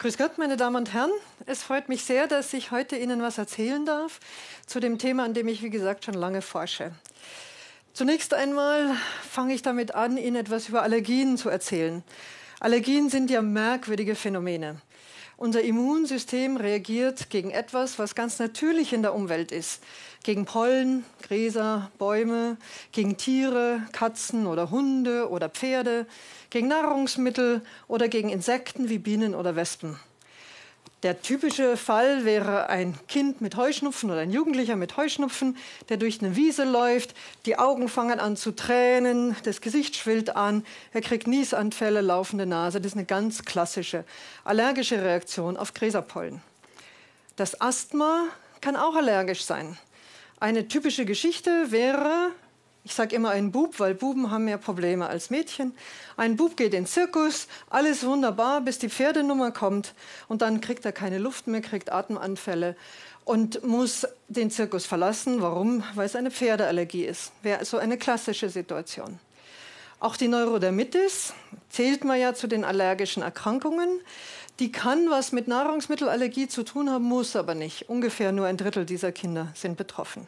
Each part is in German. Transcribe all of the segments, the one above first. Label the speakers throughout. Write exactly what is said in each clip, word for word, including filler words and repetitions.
Speaker 1: Grüß Gott, meine Damen und Herren. Es freut mich sehr, dass ich heute Ihnen was erzählen darf zu dem Thema, an dem ich, wie gesagt, schon lange forsche. Zunächst einmal fange ich damit an, Ihnen etwas über Allergien zu erzählen. Allergien sind ja merkwürdige Phänomene. Unser Immunsystem reagiert gegen etwas, was ganz natürlich in der Umwelt ist. Gegen Pollen, Gräser, Bäume, gegen Tiere, Katzen oder Hunde oder Pferde, gegen Nahrungsmittel oder gegen Insekten wie Bienen oder Wespen. Der typische Fall wäre ein Kind mit Heuschnupfen oder ein Jugendlicher mit Heuschnupfen, der durch eine Wiese läuft, die Augen fangen an zu tränen, das Gesicht schwillt an, er kriegt Niesanfälle, laufende Nase. Das ist eine ganz klassische allergische Reaktion auf Gräserpollen. Das Asthma kann auch allergisch sein. Eine typische Geschichte wäre, ich sage immer ein Bub, weil Buben haben mehr Probleme als Mädchen. Ein Bub geht in den Zirkus, alles wunderbar, bis die Pferdenummer kommt und dann kriegt er keine Luft mehr, kriegt Atemanfälle und muss den Zirkus verlassen. Warum? Weil es eine Pferdeallergie ist. Wäre so eine klassische Situation. Auch die Neurodermitis zählt man ja zu den allergischen Erkrankungen. Die kann was mit Nahrungsmittelallergie zu tun haben, muss aber nicht. Ungefähr nur ein Drittel dieser Kinder sind betroffen.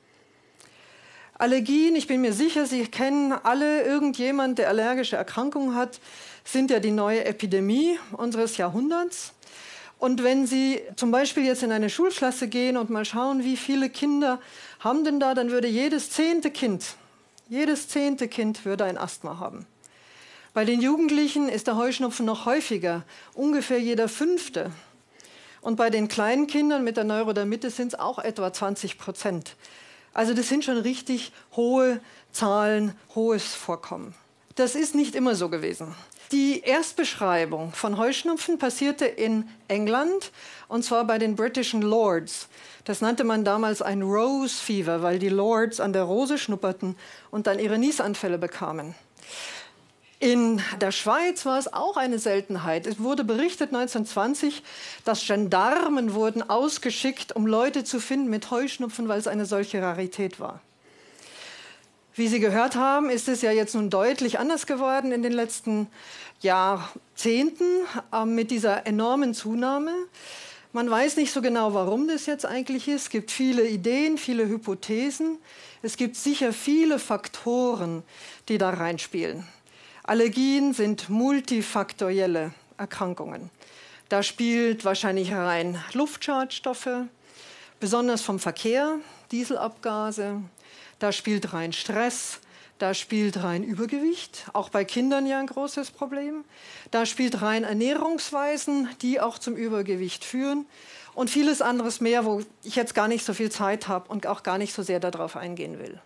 Speaker 1: Allergien, ich bin mir sicher, Sie kennen alle irgendjemand, der allergische Erkrankungen hat, sind ja die neue Epidemie unseres Jahrhunderts. Und wenn Sie zum Beispiel jetzt in eine Schulklasse gehen und mal schauen, wie viele Kinder haben denn da, dann würde jedes zehnte Kind, jedes zehnte Kind würde ein Asthma haben. Bei den Jugendlichen ist der Heuschnupfen noch häufiger, ungefähr jeder fünfte. Und bei den kleinen Kindern mit der Neurodermitis sind es auch etwa zwanzig Prozent. Also das sind schon richtig hohe Zahlen, hohes Vorkommen. Das ist nicht immer so gewesen. Die Erstbeschreibung von Heuschnupfen passierte in England, und zwar bei den britischen Lords. Das nannte man damals ein Rose Fever, weil die Lords an der Rose schnupperten und dann ihre Niesanfälle bekamen. In der Schweiz war es auch eine Seltenheit. Es wurde berichtet neunzehnhundertzwanzig, dass Gendarmen wurden ausgeschickt, um Leute zu finden mit Heuschnupfen, weil es eine solche Rarität war. Wie Sie gehört haben, ist es ja jetzt nun deutlich anders geworden in den letzten Jahrzehnten äh, mit dieser enormen Zunahme. Man weiß nicht so genau, warum das jetzt eigentlich ist. Es gibt viele Ideen, viele Hypothesen. Es gibt sicher viele Faktoren, die da reinspielen. Allergien sind multifaktorielle Erkrankungen. Da spielt wahrscheinlich rein Luftschadstoffe, besonders vom Verkehr, Dieselabgase. Da spielt rein Stress, da spielt rein Übergewicht, auch bei Kindern ja ein großes Problem. Da spielt rein Ernährungsweisen, die auch zum Übergewicht führen und vieles anderes mehr, wo ich jetzt gar nicht so viel Zeit habe und auch gar nicht so sehr darauf eingehen will.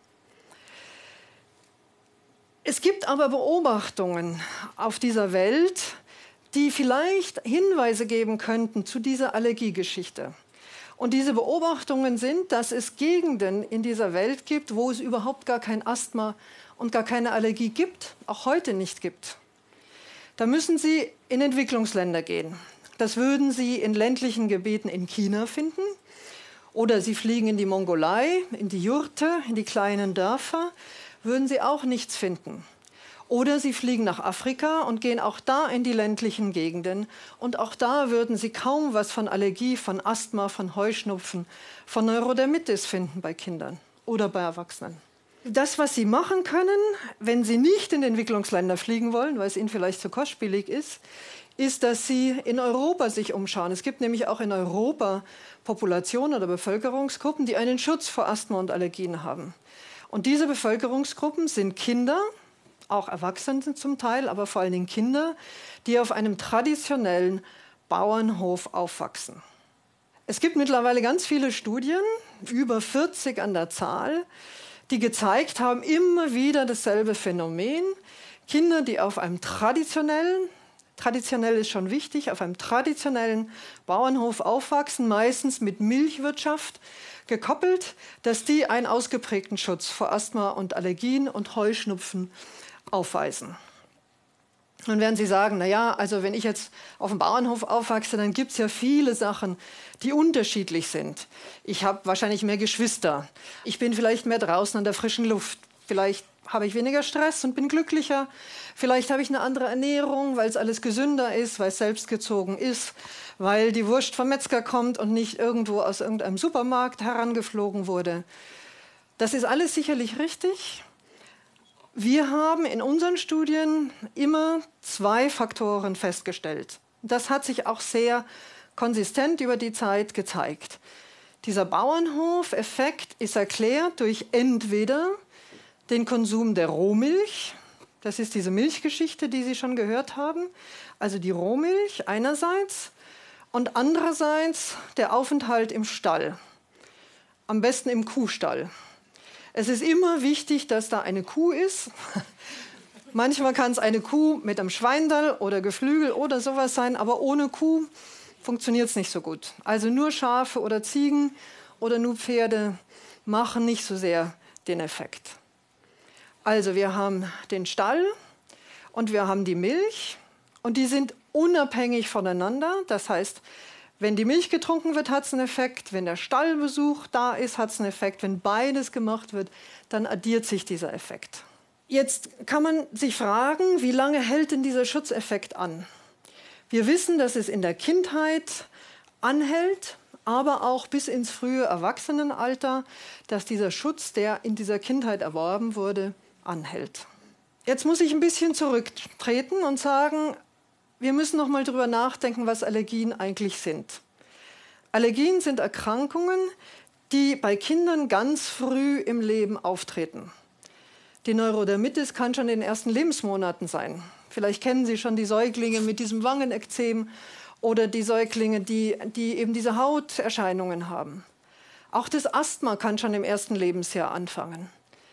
Speaker 1: Es gibt aber Beobachtungen auf dieser Welt, die vielleicht Hinweise geben könnten zu dieser Allergiegeschichte. Und diese Beobachtungen sind, dass es Gegenden in dieser Welt gibt, wo es überhaupt gar kein Asthma und gar keine Allergie gibt, auch heute nicht gibt. Da müssen Sie in Entwicklungsländer gehen. Das würden Sie in ländlichen Gebieten in China finden. Oder Sie fliegen in die Mongolei, in die Jurte, in die kleinen Dörfer, würden Sie auch nichts finden. Oder Sie fliegen nach Afrika und gehen auch da in die ländlichen Gegenden. Und auch da würden Sie kaum was von Allergie, von Asthma, von Heuschnupfen, von Neurodermitis finden bei Kindern oder bei Erwachsenen. Das, was Sie machen können, wenn Sie nicht in die Entwicklungsländer fliegen wollen, weil es Ihnen vielleicht zu kostspielig ist, ist, dass Sie in Europa sich umschauen. Es gibt nämlich auch in Europa Populationen oder Bevölkerungsgruppen, die einen Schutz vor Asthma und Allergien haben. Und diese Bevölkerungsgruppen sind Kinder, auch Erwachsene zum Teil, aber vor allen Dingen Kinder, die auf einem traditionellen Bauernhof aufwachsen. Es gibt mittlerweile ganz viele Studien, über vierzig an der Zahl, die gezeigt haben, immer wieder dasselbe Phänomen. Kinder, die auf einem traditionellen, traditionell ist schon wichtig, auf einem traditionellen Bauernhof aufwachsen, meistens mit Milchwirtschaft gekoppelt, dass die einen ausgeprägten Schutz vor Asthma und Allergien und Heuschnupfen aufweisen. Nun werden Sie sagen, naja, also wenn ich jetzt auf dem Bauernhof aufwachse, dann gibt es ja viele Sachen, die unterschiedlich sind. Ich habe wahrscheinlich mehr Geschwister. Ich bin vielleicht mehr draußen an der frischen Luft. Vielleicht habe ich weniger Stress und bin glücklicher. Vielleicht habe ich eine andere Ernährung, weil es alles gesünder ist, weil es selbstgezogen ist, weil die Wurst vom Metzger kommt und nicht irgendwo aus irgendeinem Supermarkt herangeflogen wurde. Das ist alles sicherlich richtig. Wir haben in unseren Studien immer zwei Faktoren festgestellt. Das hat sich auch sehr konsistent über die Zeit gezeigt. Dieser Bauernhof-Effekt ist erklärt durch entweder den Konsum der Rohmilch, das ist diese Milchgeschichte, die Sie schon gehört haben, also die Rohmilch einerseits und andererseits der Aufenthalt im Stall, am besten im Kuhstall. Es ist immer wichtig, dass da eine Kuh ist. Manchmal kann es eine Kuh mit einem Schweindall oder Geflügel oder sowas sein, aber ohne Kuh funktioniert es nicht so gut. Also nur Schafe oder Ziegen oder nur Pferde machen nicht so sehr den Effekt. Also wir haben den Stall und wir haben die Milch und die sind unabhängig voneinander. Das heißt, wenn die Milch getrunken wird, hat es einen Effekt. Wenn der Stallbesuch da ist, hat es einen Effekt. Wenn beides gemacht wird, dann addiert sich dieser Effekt. Jetzt kann man sich fragen, wie lange hält denn dieser Schutzeffekt an? Wir wissen, dass es in der Kindheit anhält, aber auch bis ins frühe Erwachsenenalter, dass dieser Schutz, der in dieser Kindheit erworben wurde, anhält. Jetzt muss ich ein bisschen zurücktreten und sagen, wir müssen noch mal drüber nachdenken, was Allergien eigentlich sind. Allergien sind Erkrankungen, die bei Kindern ganz früh im Leben auftreten. Die Neurodermitis kann schon in den ersten Lebensmonaten sein. Vielleicht kennen Sie schon die Säuglinge mit diesem Wangenekzem oder die Säuglinge, die, die eben diese Hauterscheinungen haben. Auch das Asthma kann schon im ersten Lebensjahr anfangen.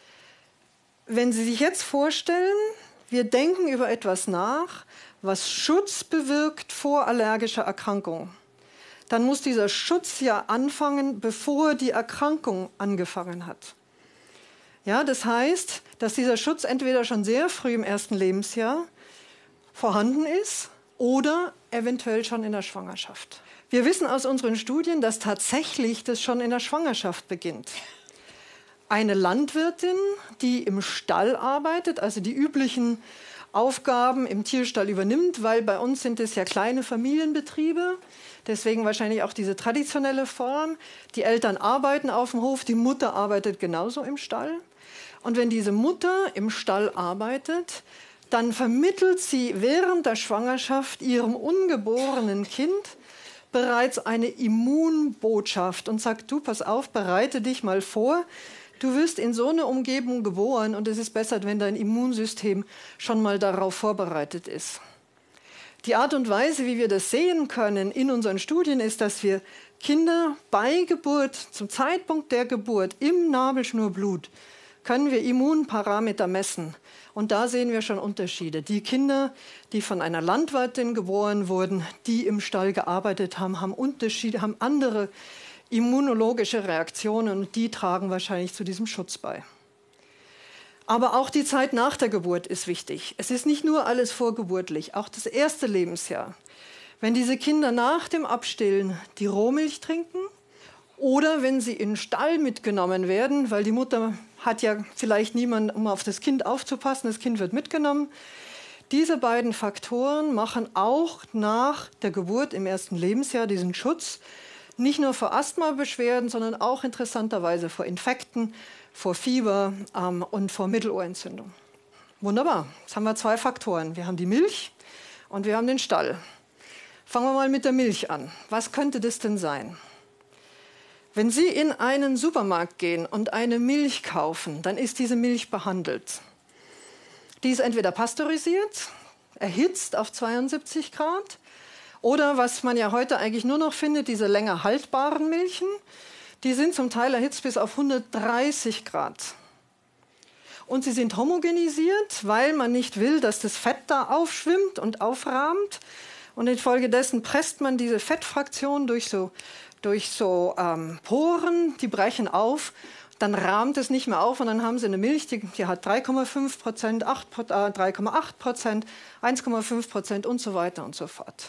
Speaker 1: Wenn Sie sich jetzt vorstellen, wir denken über etwas nach, was Schutz bewirkt vor allergischer Erkrankung, dann muss dieser Schutz ja anfangen, bevor die Erkrankung angefangen hat. Ja, das heißt, dass dieser Schutz entweder schon sehr früh im ersten Lebensjahr vorhanden ist oder eventuell schon in der Schwangerschaft. Wir wissen aus unseren Studien, dass tatsächlich das schon in der Schwangerschaft beginnt. Eine Landwirtin, die im Stall arbeitet, also die üblichen Aufgaben im Tierstall übernimmt, weil bei uns sind es ja kleine Familienbetriebe, deswegen wahrscheinlich auch diese traditionelle Form. Die Eltern arbeiten auf dem Hof, die Mutter arbeitet genauso im Stall. Und wenn diese Mutter im Stall arbeitet, dann vermittelt sie während der Schwangerschaft ihrem ungeborenen Kind bereits eine Immunbotschaft und sagt, du, pass auf, bereite dich mal vor, du wirst in so einer Umgebung geboren und es ist besser, wenn dein Immunsystem schon mal darauf vorbereitet ist. Die Art und Weise, wie wir das sehen können in unseren Studien, ist, dass wir Kinder bei Geburt, zum Zeitpunkt der Geburt, im Nabelschnurblut, können wir Immunparameter messen. Und da sehen wir schon Unterschiede. Die Kinder, die von einer Landwirtin geboren wurden, die im Stall gearbeitet haben, haben Unterschiede, haben andere immunologische Reaktionen und die tragen wahrscheinlich zu diesem Schutz bei. Aber auch die Zeit nach der Geburt ist wichtig. Es ist nicht nur alles vorgeburtlich, auch das erste Lebensjahr. Wenn diese Kinder nach dem Abstillen die Rohmilch trinken oder wenn sie in den Stall mitgenommen werden, weil die Mutter hat ja vielleicht niemanden, um auf das Kind aufzupassen, das Kind wird mitgenommen. Diese beiden Faktoren machen auch nach der Geburt im ersten Lebensjahr diesen Schutz, nicht nur vor Asthmabeschwerden, sondern auch interessanterweise vor Infekten, vor Fieber ähm, und vor Mittelohrentzündung. Wunderbar, jetzt haben wir zwei Faktoren. Wir haben die Milch und wir haben den Stall. Fangen wir mal mit der Milch an. Was könnte das denn sein? Wenn Sie in einen Supermarkt gehen und eine Milch kaufen, dann ist diese Milch behandelt. Die ist entweder pasteurisiert, erhitzt auf zweiundsiebzig Grad, oder was man ja heute eigentlich nur noch findet, diese länger haltbaren Milchen, die sind zum Teil erhitzt bis auf hundertdreißig Grad. Und sie sind homogenisiert, weil man nicht will, dass das Fett da aufschwimmt und aufrahmt. Und infolgedessen presst man diese Fettfraktion durch so, durch so ähm, Poren, die brechen auf. Dann rahmt es nicht mehr auf und dann haben Sie eine Milch, die, die hat drei Komma fünf Prozent, drei Komma acht Prozent, eins Komma fünf Prozent und so weiter und so fort.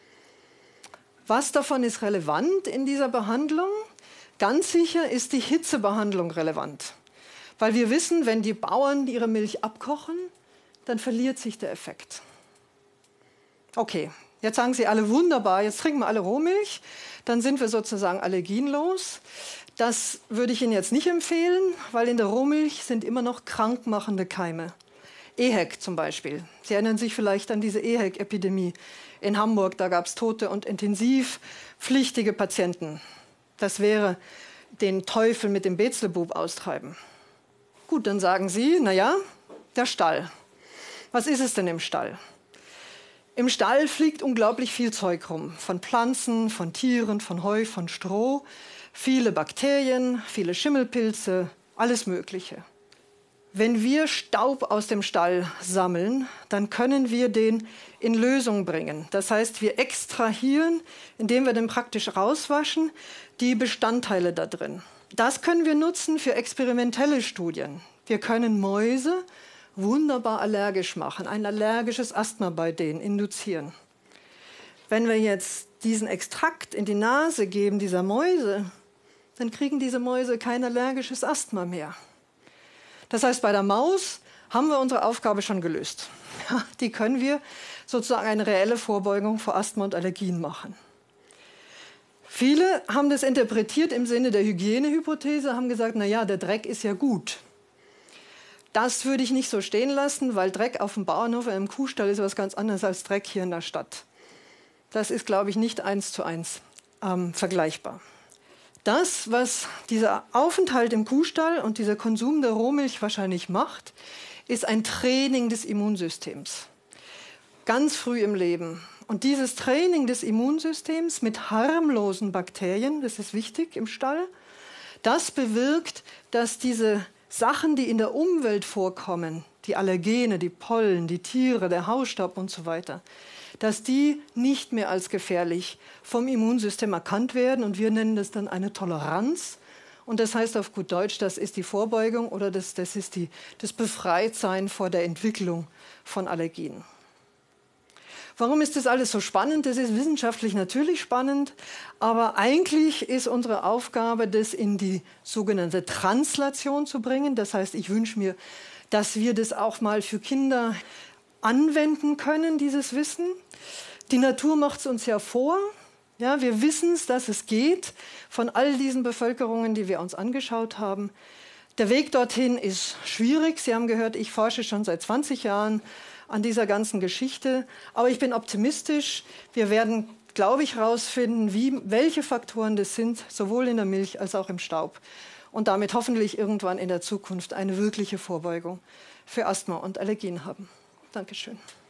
Speaker 1: Was davon ist relevant in dieser Behandlung? Ganz sicher ist die Hitzebehandlung relevant. Weil wir wissen, wenn die Bauern ihre Milch abkochen, dann verliert sich der Effekt. Okay, jetzt sagen Sie alle wunderbar, jetzt trinken wir alle Rohmilch, dann sind wir sozusagen allergienlos. Das würde ich Ihnen jetzt nicht empfehlen, weil in der Rohmilch sind immer noch krankmachende Keime. E H E C zum Beispiel. Sie erinnern sich vielleicht an diese E H E C-Epidemie in Hamburg. Da gab es Tote und intensivpflichtige Patienten. Das wäre den Teufel mit dem Beelzebub austreiben. Gut, dann sagen Sie, naja, der Stall. Was ist es denn im Stall? Im Stall fliegt unglaublich viel Zeug rum. Von Pflanzen, von Tieren, von Heu, von Stroh. Viele Bakterien, viele Schimmelpilze, alles Mögliche. Wenn wir Staub aus dem Stall sammeln, dann können wir den in Lösung bringen. Das heißt, wir extrahieren, indem wir den praktisch rauswaschen, die Bestandteile da drin. Das können wir nutzen für experimentelle Studien. Wir können Mäuse wunderbar allergisch machen, ein allergisches Asthma bei denen induzieren. Wenn wir jetzt diesen Extrakt in die Nase geben, dieser Mäuse, dann kriegen diese Mäuse kein allergisches Asthma mehr. Das heißt, bei der Maus haben wir unsere Aufgabe schon gelöst. Die können wir sozusagen eine reelle Vorbeugung vor Asthma und Allergien machen. Viele haben das interpretiert im Sinne der Hygienehypothese, haben gesagt, na ja, der Dreck ist ja gut. Das würde ich nicht so stehen lassen, weil Dreck auf dem Bauernhof oder im Kuhstall ist was ganz anderes als Dreck hier in der Stadt. Das ist, glaube ich, nicht eins zu eins ähm, vergleichbar. Das, was dieser Aufenthalt im Kuhstall und dieser Konsum der Rohmilch wahrscheinlich macht, ist ein Training des Immunsystems. Ganz früh im Leben. Und dieses Training des Immunsystems mit harmlosen Bakterien, das ist wichtig im Stall, das bewirkt, dass diese Sachen, die in der Umwelt vorkommen, die Allergene, die Pollen, die Tiere, der Hausstaub und so weiter, dass die nicht mehr als gefährlich vom Immunsystem erkannt werden. Und wir nennen das dann eine Toleranz. Und das heißt auf gut Deutsch, das ist die Vorbeugung oder das, das ist die, das Befreitsein vor der Entwicklung von Allergien. Warum ist das alles so spannend? Das ist wissenschaftlich natürlich spannend, aber eigentlich ist unsere Aufgabe, das in die sogenannte Translation zu bringen. Das heißt, ich wünsche mir, dass wir das auch mal für Kinder anwenden können, dieses Wissen. Die Natur macht es uns ja vor. Ja, wir wissen es, dass es geht von all diesen Bevölkerungen, die wir uns angeschaut haben. Der Weg dorthin ist schwierig. Sie haben gehört, ich forsche schon seit zwanzig Jahren an dieser ganzen Geschichte. Aber ich bin optimistisch. Wir werden, glaube ich, herausfinden, wie, welche Faktoren das sind, sowohl in der Milch als auch im Staub. Und damit hoffentlich irgendwann in der Zukunft eine wirkliche Vorbeugung für Asthma und Allergien haben. Dankeschön.